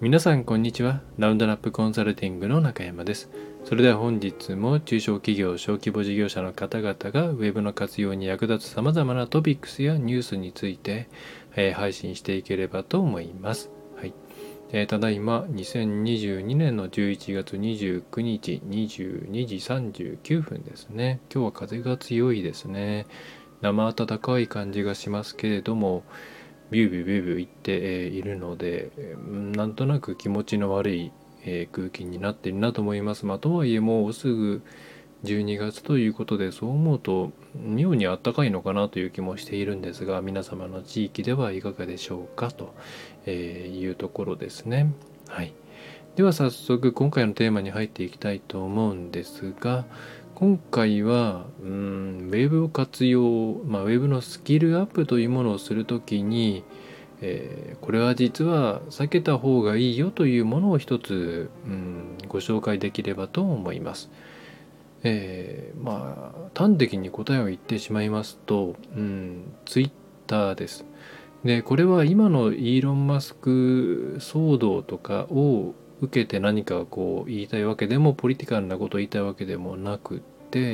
皆さんこんにちは。ラウンドナップコンサルティングの中山です。それでは本日も中小企業小規模事業者の方々がウェブの活用に役立つ様々なトピックスやニュースについて、配信していければと思います。はい。ただいま2022年の11月29日22時39分ですね。今日は風が強いですね。生暖かい感じがしますけれども、ビュービュービュービュー言っているので、なんとなく気持ちの悪い空気になっているなと思います。とはいえもうすぐ12月ということで、そう思うと妙に暖かいのかなという気もしているんですが、皆様の地域ではいかがでしょうかというところですね。はい。では早速今回のテーマに入っていきたいと思うんですが、今回はウェブを活用、ウェブのスキルアップというものをするときに、これは実は避けた方がいいよというものを一つ、ご紹介できればと思います。端的に答えを言ってしまいますと、ツイッターです。で、これは今のイーロン・マスク騒動とかを受けて何かこう言いたいわけでも、ポリティカルなことを言いたいわけでもなくって、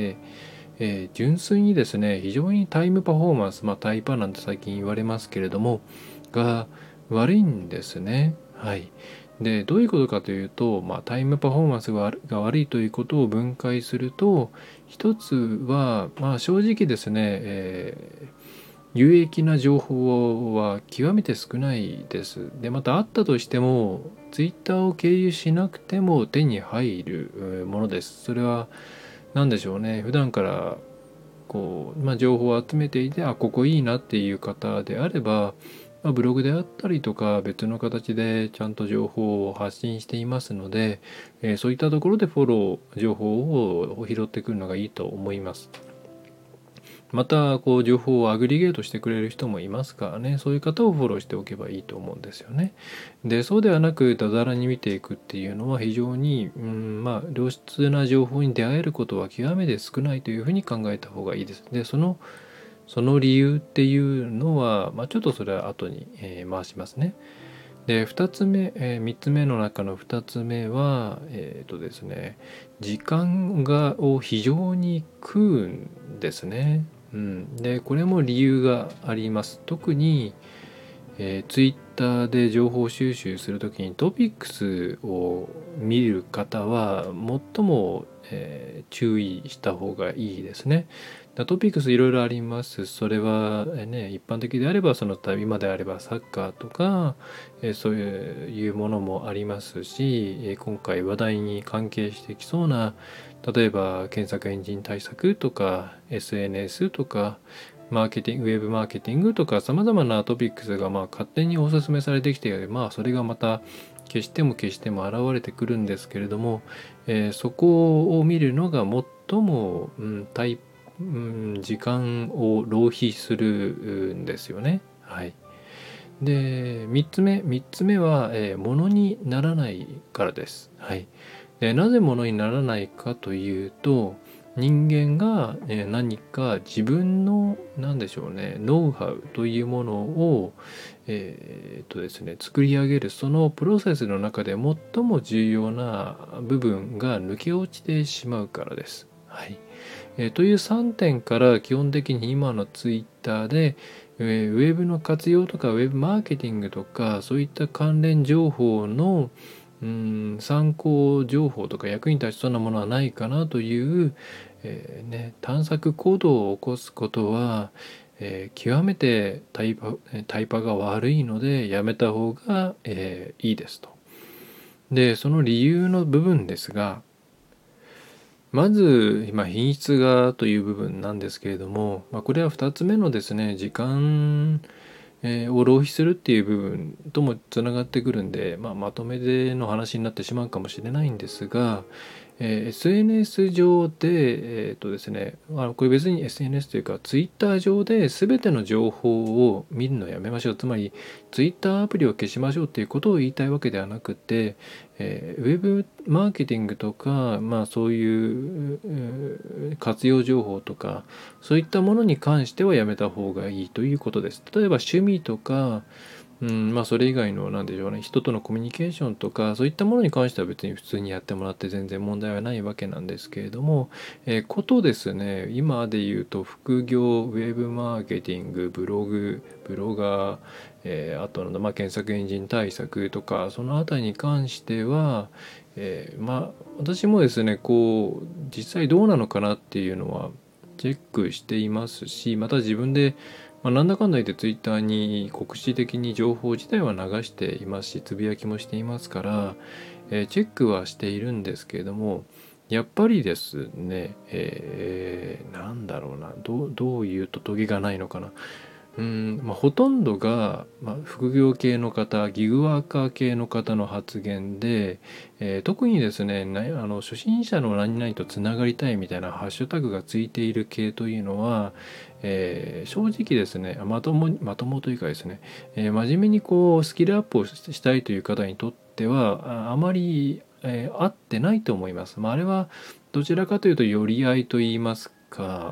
純粋にですね、非常にタイムパフォーマンス、タイパなんて最近言われますけれども、が悪いんですね。はい。で、どういうことかというと、タイムパフォーマンスが悪いということを分解すると、一つは、正直ですね、有益な情報は極めて少ないです。で、またあったとしても、ツイッターを経由しなくても手に入るものです。それは何でしょうね。普段から情報を集めていて、ここいいなっていう方であれば、ブログであったりとか別の形でちゃんと情報を発信していますので、そういったところでフォロー、情報を拾ってくるのがいいと思います。また、情報をアグリゲートしてくれる人もいますからね、そういう方をフォローしておけばいいと思うんですよね。で、そうではなく、だだらに見ていくっていうのは非常に、良質な情報に出会えることは極めて少ないというふうに考えた方がいいです。で、その理由っていうのは、ちょっとそれは後に、回しますね。で、2つ目、3つ目の中の2つ目は、ですね、時間を非常に食うんですね。で、これも理由があります。特に、ツイッターで情報収集するときにトピックスを見る方は最も、注意した方がいいですね。トピックスいろいろあります。それは、一般的であればその他今であればサッカーとか、そういうものもありますし、今回話題に関係してきそうな例えば検索エンジン対策とか SNS とかマーケティング、ウェブマーケティングとか様々なトピックスが勝手にお勧めされてきて、それがまた消しても消しても現れてくるんですけれども、そこを見るのが最も、時間を浪費するんですよね。はい。で、3つ目は、物にならないからです。はい。で、なぜ物にならないかというと、人間が何か自分の何でしょうね、ノウハウというものをですね、作り上げるそのプロセスの中で最も重要な部分が抜け落ちてしまうからです。はい。という3点から基本的に今のツイッターでウェブの活用とかウェブマーケティングとかそういった関連情報の参考情報とか役に立ちそうなものはないかなという、探索行動を起こすことは、極めてタイパが悪いのでやめた方が、いいですと。で、その理由の部分ですが、まず、品質がという部分なんですけれども、これは2つ目のですね、時間を浪費するっていう部分ともつながってくるんで、まとめでの話になってしまうかもしれないんですが、SNS 上で、ですね、これ別に SNS というか Twitter 上で全ての情報を見るのをやめましょう。つまり Twitter アプリを消しましょうっていうことを言いたいわけではなくて、ウェブマーケティングとか、そういう活用情報とか、そういったものに関してはやめた方がいいということです。例えば趣味とか、 まあそれ以外の何でしょうね、人とのコミュニケーションとかそういったものに関しては別に普通にやってもらって全然問題はないわけなんですけれども、ことですね、今で言うと副業、ウェブマーケティング、ブログ、ブロガー、あとまあ、検索エンジン対策とかそのあたりに関しては、まあ私もですねこう実際どうなのかなっていうのはチェックしていますし、また自分でなんだかんだ言ってツイッターに告知的に情報自体は流していますし、つぶやきもしていますから、チェックはしているんですけれども、やっぱりですね、なんだろうな、どういうとトゲがないのかな。ほとんどが、副業系の方、ギグワーカー系の方の発言で、特にですね、初心者の何々とつながりたいみたいなハッシュタグがついている系というのは、正直ですね、まともというかですね、真面目にこうスキルアップをしたいという方にとっては、あまり、合ってないと思います。あれはどちらかというと寄り合いといいますか、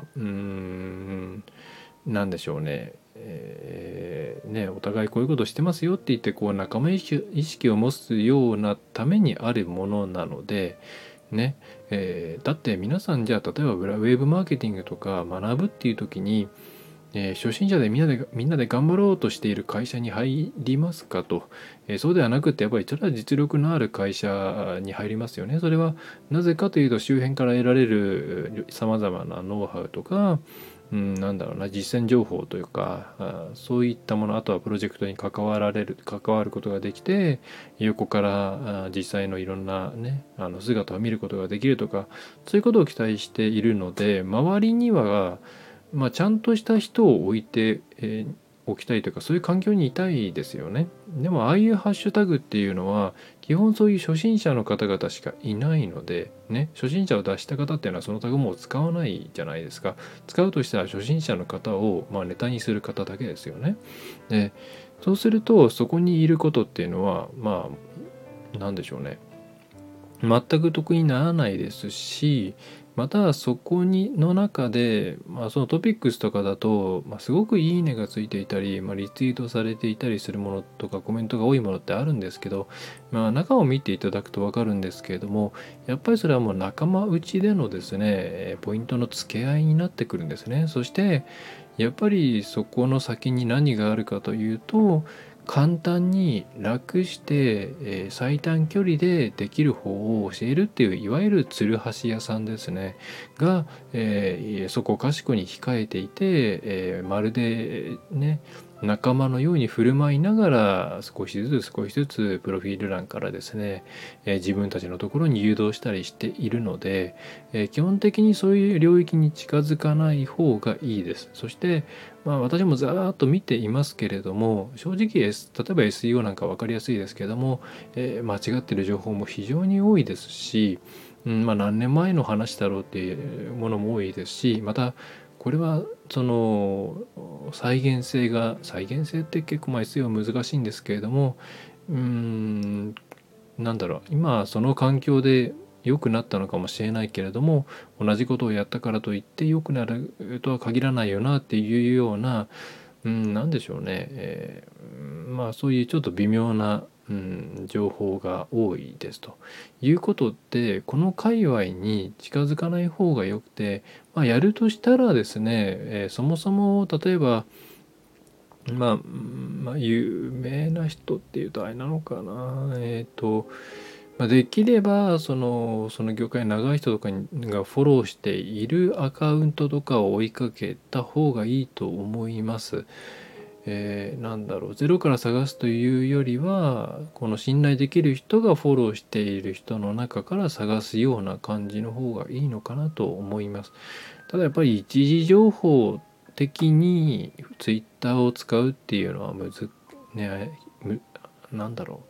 なんでしょうね、お互いこういうことしてますよって言ってこう仲間意識を持つようなためにあるものなので、ねだって皆さんじゃあ例えばウェブマーケティングとか学ぶっていう時に、初心者でみんなで頑張ろうとしている会社に入りますかと、そうではなくてやっぱりそれは実力のある会社に入りますよね。それはなぜかというと周辺から得られるさまざまなノウハウとか、なんだろうな、実践情報というか、そういったもの、あとはプロジェクトに関わることができて、横から実際のいろんなね姿を見ることができるとか、そういうことを期待しているので、周りにはちゃんとした人を置いて、おきたいというか、そういう環境にいたいですよね。でもああいうハッシュタグっていうのは基本そういう初心者の方々しかいないのでね、初心者を出した方っていうのはそのタグもう使わないじゃないですか。使うとしたら初心者の方をネタにする方だけですよね。でそうするとそこにいることっていうのはなんでしょうね、全く得にならないですし、またそこの中で、そのトピックスとかだと、すごくいいねがついていたり、リツイートされていたりするものとかコメントが多いものってあるんですけど、中を見ていただくと分かるんですけれども、やっぱりそれはもう仲間内でのですねポイントの付け合いになってくるんですね。そしてやっぱりそこの先に何があるかというと、簡単に楽して、最短距離でできる方を教えるっていういわゆるツルハシ屋さんですねが、そこかしこに控えていて、まるでね仲間のように振る舞いながら少しずつプロフィール欄からですね、自分たちのところに誘導したりしているので、基本的にそういう領域に近づかない方がいいです。そして私もざーっと見ていますけれども、正直、例えば SEO なんか分かりやすいですけれども、間違っている情報も非常に多いですし、何年前の話だろうっていうものも多いですし、またこれはその再現性って結構SEO 難しいんですけれども、なんだろう、今その環境で良くなったのかもしれないけれども、同じことをやったからといって良くなるとは限らないよなっていうような、なんでしょうね、そういうちょっと微妙な、情報が多いですということで、この界隈に近づかない方がよくて、やるとしたらですね、そもそも例えば有名な人っていうとあれなのかな、できればその業界長い人とかがフォローしているアカウントとかを追いかけた方がいいと思います。なんだろう、ゼロから探すというよりはこの信頼できる人がフォローしている人の中から探すような感じの方がいいのかなと思います。ただやっぱり一時情報的にツイッターを使うっていうのはなんだろ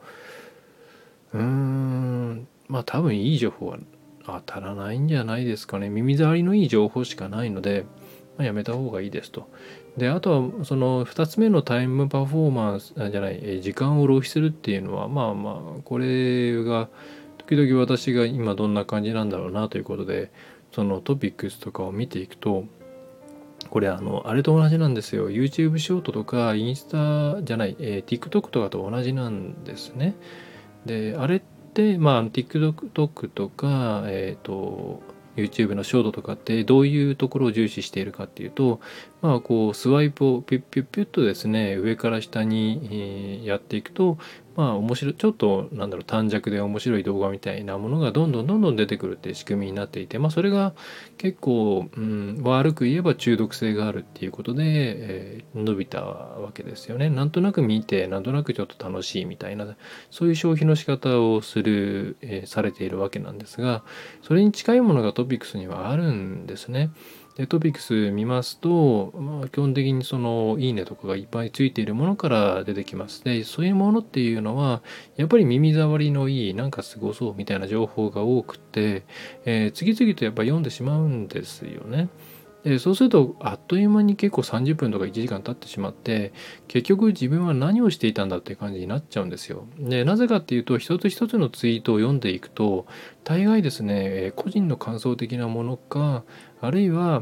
多分いい情報は当たらないんじゃないですかね。耳障りのいい情報しかないので、やめた方がいいですと。であとはその2つ目のタイムパフォーマンスじゃない、時間を浪費するっていうのはこれが時々私が今どんな感じなんだろうなということで、そのトピックスとかを見ていくと、 これあれと同じなんですよ。YouTube ショートとかインスタじゃない、TikTok とかと同じなんですね。で、あれって、TikTok とか、YouTube のショートとかってどういうところを重視しているかっていうと、こうスワイプをピュッピュッピュッとですね、上から下に、やっていくと、面白い、ちょっと短尺で面白い動画みたいなものがどんどんどんどん出てくるっていう仕組みになっていて、それが結構、悪く言えば中毒性があるっていうことで、伸びたわけですよね。なんとなく見て、なんとなくちょっと楽しいみたいな、そういう消費の仕方をされているわけなんですが、それに近いものがトピックスにはあるんですね。で、トピックス見ますと、基本的にそのいいねとかがいっぱいついているものから出てきます。で、そういうものっていうのは、やっぱり耳障りのいい、なんかすごそうみたいな情報が多くて、次々とやっぱ読んでしまうんですよね。で、そうするとあっという間に結構30分とか1時間経ってしまって、結局自分は何をしていたんだっていう感じになっちゃうんですよ。で、なぜかっていうと、一つ一つのツイートを読んでいくと、大概ですね、個人の感想的なものか、あるいは、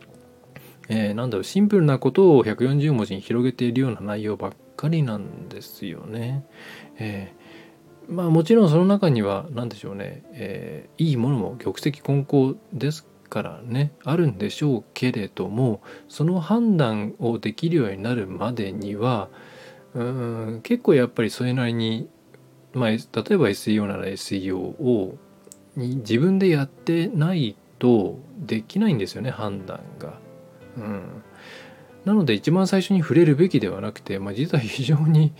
シンプルなことを140文字に広げているような内容ばっかりなんですよね。もちろんその中には何でしょうね、いいものも玉石混交ですからね、あるんでしょうけれども、その判断をできるようになるまでには、結構やっぱりそれなりに、例えば SEO なら SEO を自分でやってないとできないんですよね、判断が。なので一番最初に触れるべきではなくて、実は非常に、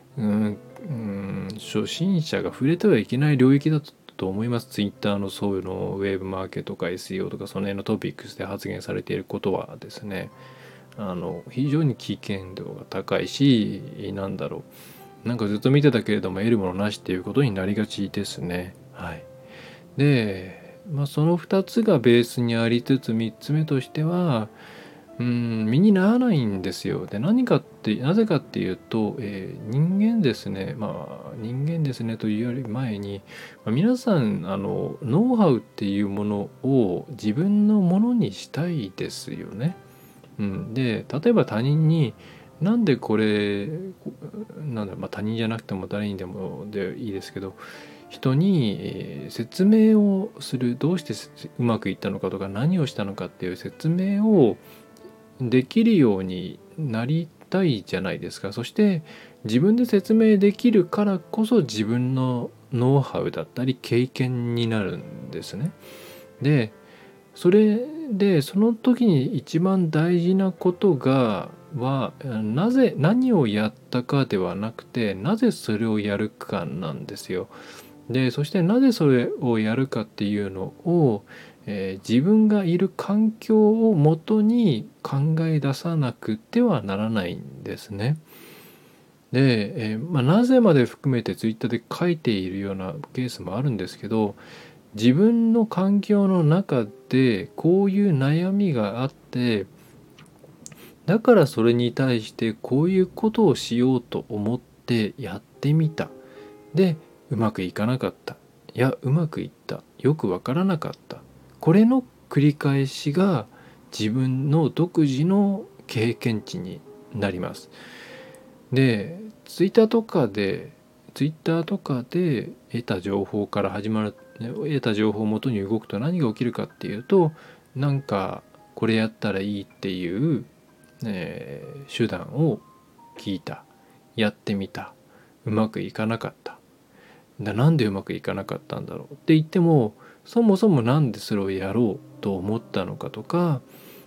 初心者が触れてはいけない領域だと思います。ツイッターのそういうのウェブマーケとか SEO とかその辺のトピックスで発言されていることはですね、非常に危険度が高いし、なんかずっと見てたけれども得るものなしっていうことになりがちですね。はい。で、その2つがベースにありつつ、3つ目としては、身にならないんですよ。で、なぜかっていうと、人間ですね、人間ですねというより前に、皆さん、ノウハウっていうものを自分のものにしたいですよね。で、例えば他人に、なんでこれ、他人じゃなくても誰にでもでいいですけど、人に、説明をする、どうしてうまくいったのかとか、何をしたのかっていう説明をできるようになりたいじゃないですか。そして自分で説明できるからこそ自分のノウハウだったり経験になるんですね。で、それでその時に一番大事なこと何をやったかではなくて、なぜそれをやるかなんですよ。で、そしてなぜそれをやるかっていうのを、自分がいる環境をもとに考え出さなくてはならないんですね。で、なぜまで含めてツイッターで書いているようなケースもあるんですけど、自分の環境の中でこういう悩みがあって、だからそれに対してこういうことをしようと思ってやってみた。で、うまくいかなかった。いや、うまくいった。よくわからなかった。これの繰り返しが自分の独自の経験値になります。で、ツイッターとかで得た情報から始まる、得た情報をもとに動くと何が起きるかっていうと、なんかこれやったらいいっていう、手段を聞いた。やってみた。うまくいかなかった。なんでうまくいかなかったんだろうって言っても、そもそもなんでそれをやろうと思ったのかとか、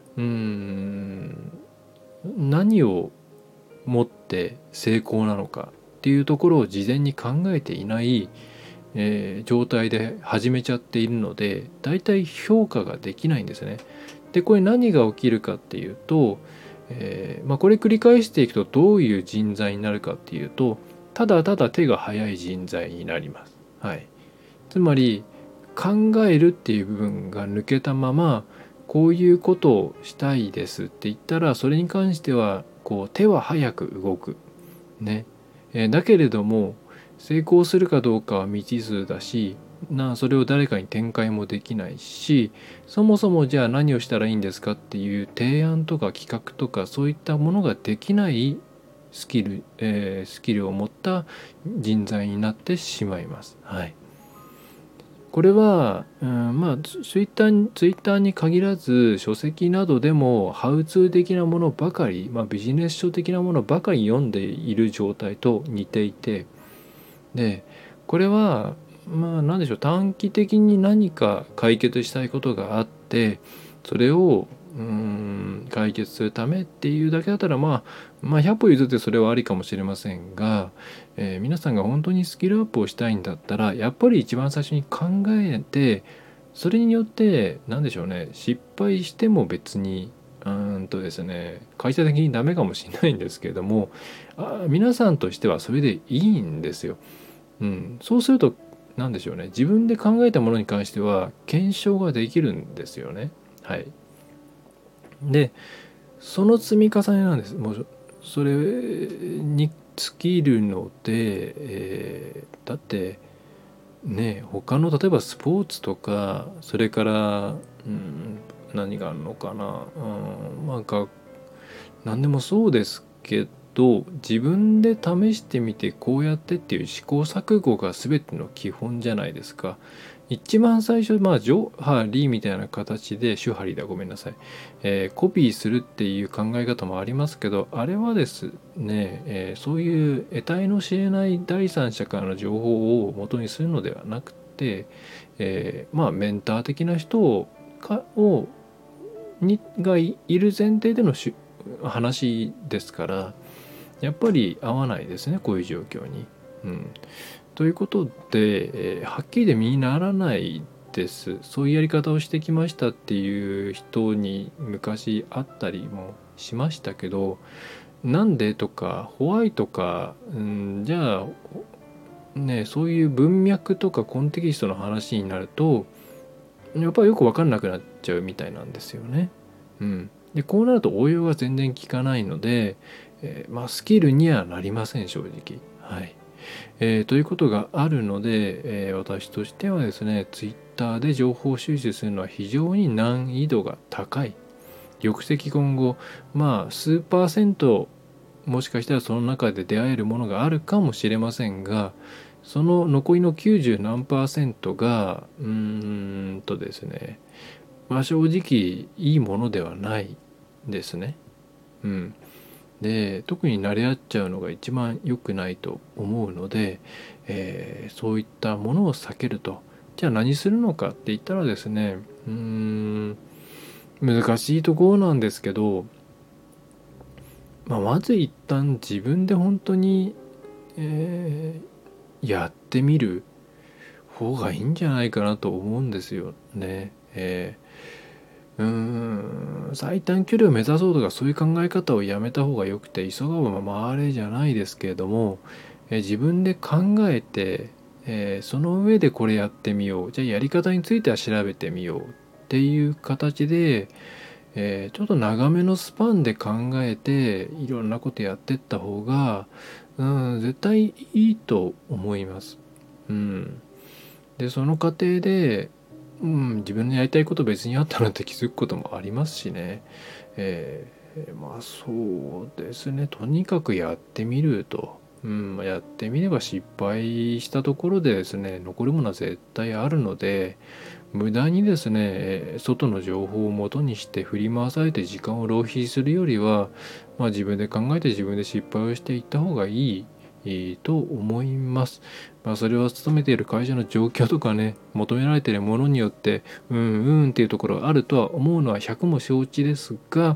何をもって成功なのかっていうところを事前に考えていない、状態で始めちゃっているので、だいたい評価ができないんですね。で、これ何が起きるかっていうと、これ繰り返していくとどういう人材になるかっていうと、ただただ手が早い人材になります。はい。つまり考えるっていう部分が抜けたまま、こういうことをしたいですって言ったら、それに関してはこう手は早く動くね。だけれども成功するかどうかは未知数だし、 それを誰かに展開もできないし、そもそもじゃあ何をしたらいいんですかっていう提案とか企画とかそういったものができないスキルを持った人材になってしまいます。はい。これは、まあツイッターに限らず書籍などでもハウツー的なものばかり、ビジネス書的なものばかり読んでいる状態と似ていて、でこれは何でしょう、短期的に何か解決したいことがあってそれを解決するためっていうだけだったら100歩譲ってそれはありかもしれませんが、皆さんが本当にスキルアップをしたいんだったらやっぱり一番最初に考えて、それによって何でしょうね、失敗しても別にですね、会社的にダメかもしれないんですけれども、皆さんとしてはそれでいいんですよ。そうすると何でしょうね、自分で考えたものに関しては検証ができるんですよね。はい。でその積み重ねなんです。もうそれに尽きるので、だってね、他の例えばスポーツとかそれから、何があるのかな、何でもそうですけど、自分で試してみてこうやってっていう試行錯誤が全ての基本じゃないですか。一番最初、上ハリーみたいな形で、主ハリーだ、ごめんなさい、コピーするっていう考え方もありますけど、あれはですね、そういう得体の知れない第三者からの情報を元にするのではなくて、メンター的な人がいる前提での話ですから、やっぱり合わないですね、こういう状況に。ということで、はっきりで身にならないです。そういうやり方をしてきましたっていう人に昔会ったりもしましたけど、なんでとかホワイトか、じゃあね、そういう文脈とかコンテキストの話になるとやっぱりよく分かんなくなっちゃうみたいなんですよね。でこうなると応用が全然効かないので、スキルにはなりません、正直。はい。ということがあるので、私としてはですね、ツイッターで情報収集するのは非常に難易度が高い。玉石混合、数パーセントもしかしたらその中で出会えるものがあるかもしれませんが、その残りの90何パーセントがですね、正直いいものではないですね。で特に慣れ合っちゃうのが一番良くないと思うので、そういったものを避けると。じゃあ何するのかって言ったらですね、難しいところなんですけど、まず一旦自分で本当に、やってみる方がいいんじゃないかなと思うんですよね。最短距離を目指そうとかそういう考え方をやめた方がよくて、急がば回れじゃないですけれども、自分で考えて、その上でこれやってみよう、じゃあやり方については調べてみようっていう形で、ちょっと長めのスパンで考えていろんなことやってった方が、絶対いいと思います。でその過程で、自分のやりたいこと別にあったなって気づくこともありますしね。そうですね、とにかくやってみると、やってみれば失敗したところでですね、残るものは絶対あるので、無駄にですね外の情報を元にして振り回されて時間を浪費するよりは、自分で考えて自分で失敗をしていった方がいいと思います。それは勤めている会社の状況とかね、求められているものによってっていうところがあるとは思うのは100も承知ですが、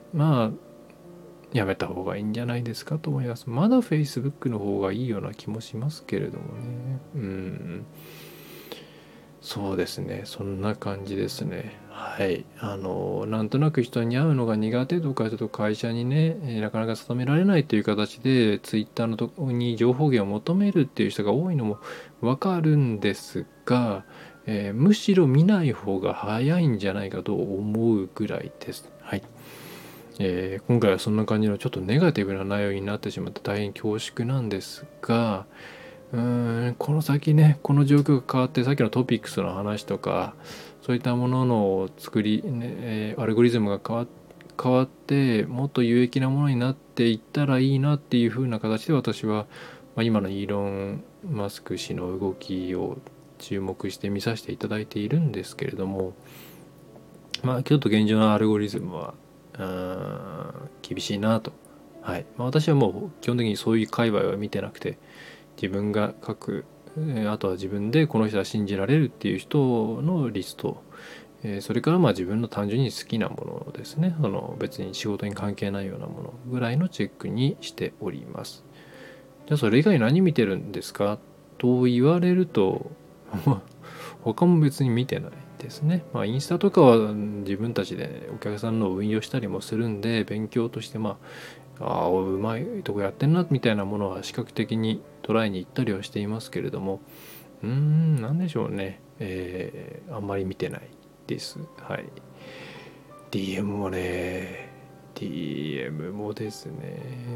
やめた方がいいんじゃないですかと思います。まだ Facebook の方がいいような気もしますけれどもね。そうですね、そんな感じですね。はい。なんとなく人に会うのが苦手とか、ちょっと会社にね、なかなか勤められないという形で、ツイッターのとこに情報源を求めるっていう人が多いのもわかるんですが、むしろ見ない方が早いんじゃないかと思うぐらいです。はい。今回はそんな感じのちょっとネガティブな内容になってしまって大変恐縮なんですが、 この先ね、この状況が変わって、さっきのトピックスの話とかそういったものの作り、ね、アルゴリズムが変わってもっと有益なものになっていったらいいなっていう風な形で、私は、今のイーロン・マスク氏の動きを注目して見させていただいているんですけれども、ちょっと現状のアルゴリズムは厳しいなと。はい。私はもう基本的にそういう界隈は見てなくて、自分が書く、あとは自分でこの人は信じられるっていう人のリスト、それから自分の単純に好きなものですね、別に仕事に関係ないようなものぐらいのチェックにしております。じゃあそれ以外何見てるんですかと言われると他も別に見てないですね。インスタとかは自分たちでお客さんのを運用したりもするんで、勉強としてうまいとこやってんなみたいなものは視覚的に捉えに行ったりはしていますけれども、なんでしょうね、あんまり見てないです。はい。DM もね、DM もですね、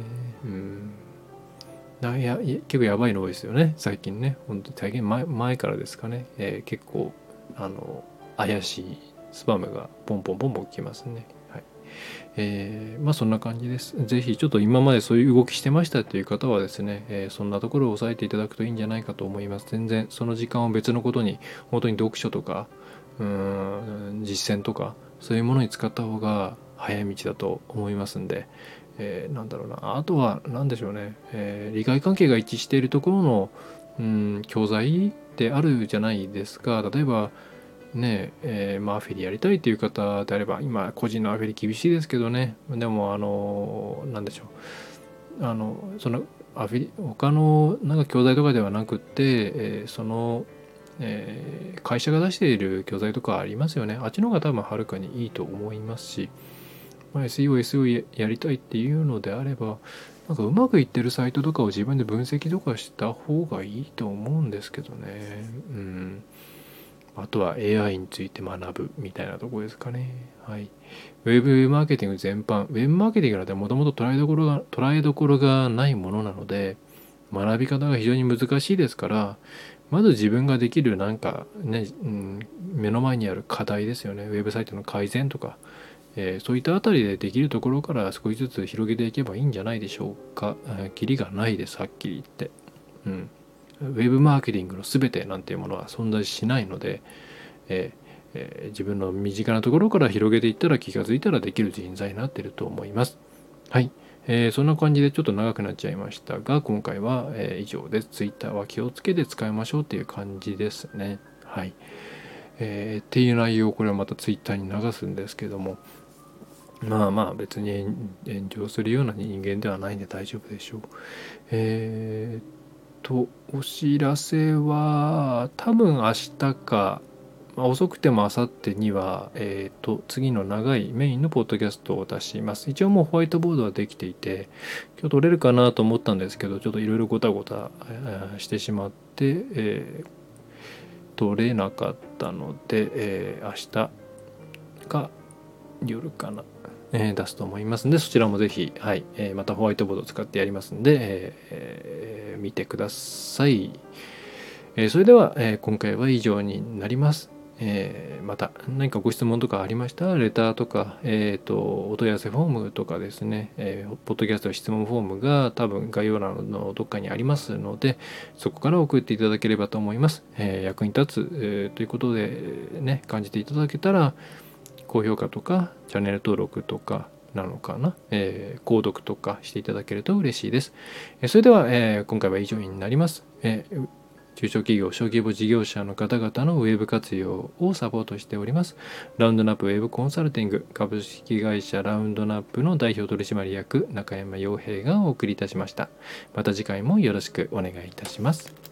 結構やばいの多いですよね、最近ね。本当に最近前からですかね、結構怪しいスパムがポンポンポンポン来ますね。はい。そんな感じです。ぜひちょっと今までそういう動きしてましたという方はですね、そんなところを押さえていただくといいんじゃないかと思います。全然その時間を別のことに、本当に読書とか実践とかそういうものに使った方が早い道だと思いますんで、なんだろうな、あとは何でしょうね、利害関係が一致しているところの、教材であるじゃないですか。例えばねアフィリやりたいという方であれば、今個人のアフィリ厳しいですけどね、でも何でしょう、そのアフィリ他の教材とかではなくって、会社が出している教材とかありますよね。あっちの方が多分はるかにいいと思いますし、SEO やりたいっていうのであれば、うまくいってるサイトとかを自分で分析とかした方がいいと思うんですけどね。あとは AI について学ぶみたいなところですかね。はい。ウェブマーケティング全般、ウェブマーケティングなんてもともと捉えどころがないものなので、学び方が非常に難しいですから、まず自分ができる目の前にある課題ですよね。ウェブサイトの改善とか、そういったあたりでできるところから少しずつ広げていけばいいんじゃないでしょうか。キリがないです、はっきり言って。ウェブマーケティングの全てなんていうものは存在しないので、自分の身近なところから広げていったら、気がついたらできる人材になっていると思います。はい。そんな感じでちょっと長くなっちゃいましたが、今回は、以上です。Twitter は気をつけて使いましょうっていう感じですね。はい。っていう内容をこれはまた Twitter に流すんですけども、別に炎上するような人間ではないんで大丈夫でしょう。お知らせは多分明日か、遅くても明後日には、次の長いメインのポッドキャストを出します。一応もうホワイトボードはできていて、今日撮れるかなと思ったんですけど、ちょっといろいろごたごたしてしまって、撮れなかったので、明日か夜かな、出すと思いますので、そちらもぜひ、はい、またホワイトボードを使ってやりますので、見てください。それでは、今回は以上になります。また何かご質問とかありましたらレターとか、お問い合わせフォームとかですね、ポッドキャスト質問フォームが多分概要欄のどっかにありますので、そこから送っていただければと思います。役に立つ、ということでね、感じていただけたら、高評価とかチャンネル登録とかなのかな、購読とかしていただけると嬉しいです。それでは、今回は以上になります。中小企業、小規模事業者の方々のウェブ活用をサポートしております。ラウンドナップウェブコンサルティング株式会社ラウンドナップの代表取締役中山洋平がお送りいたしました。また次回もよろしくお願いいたします。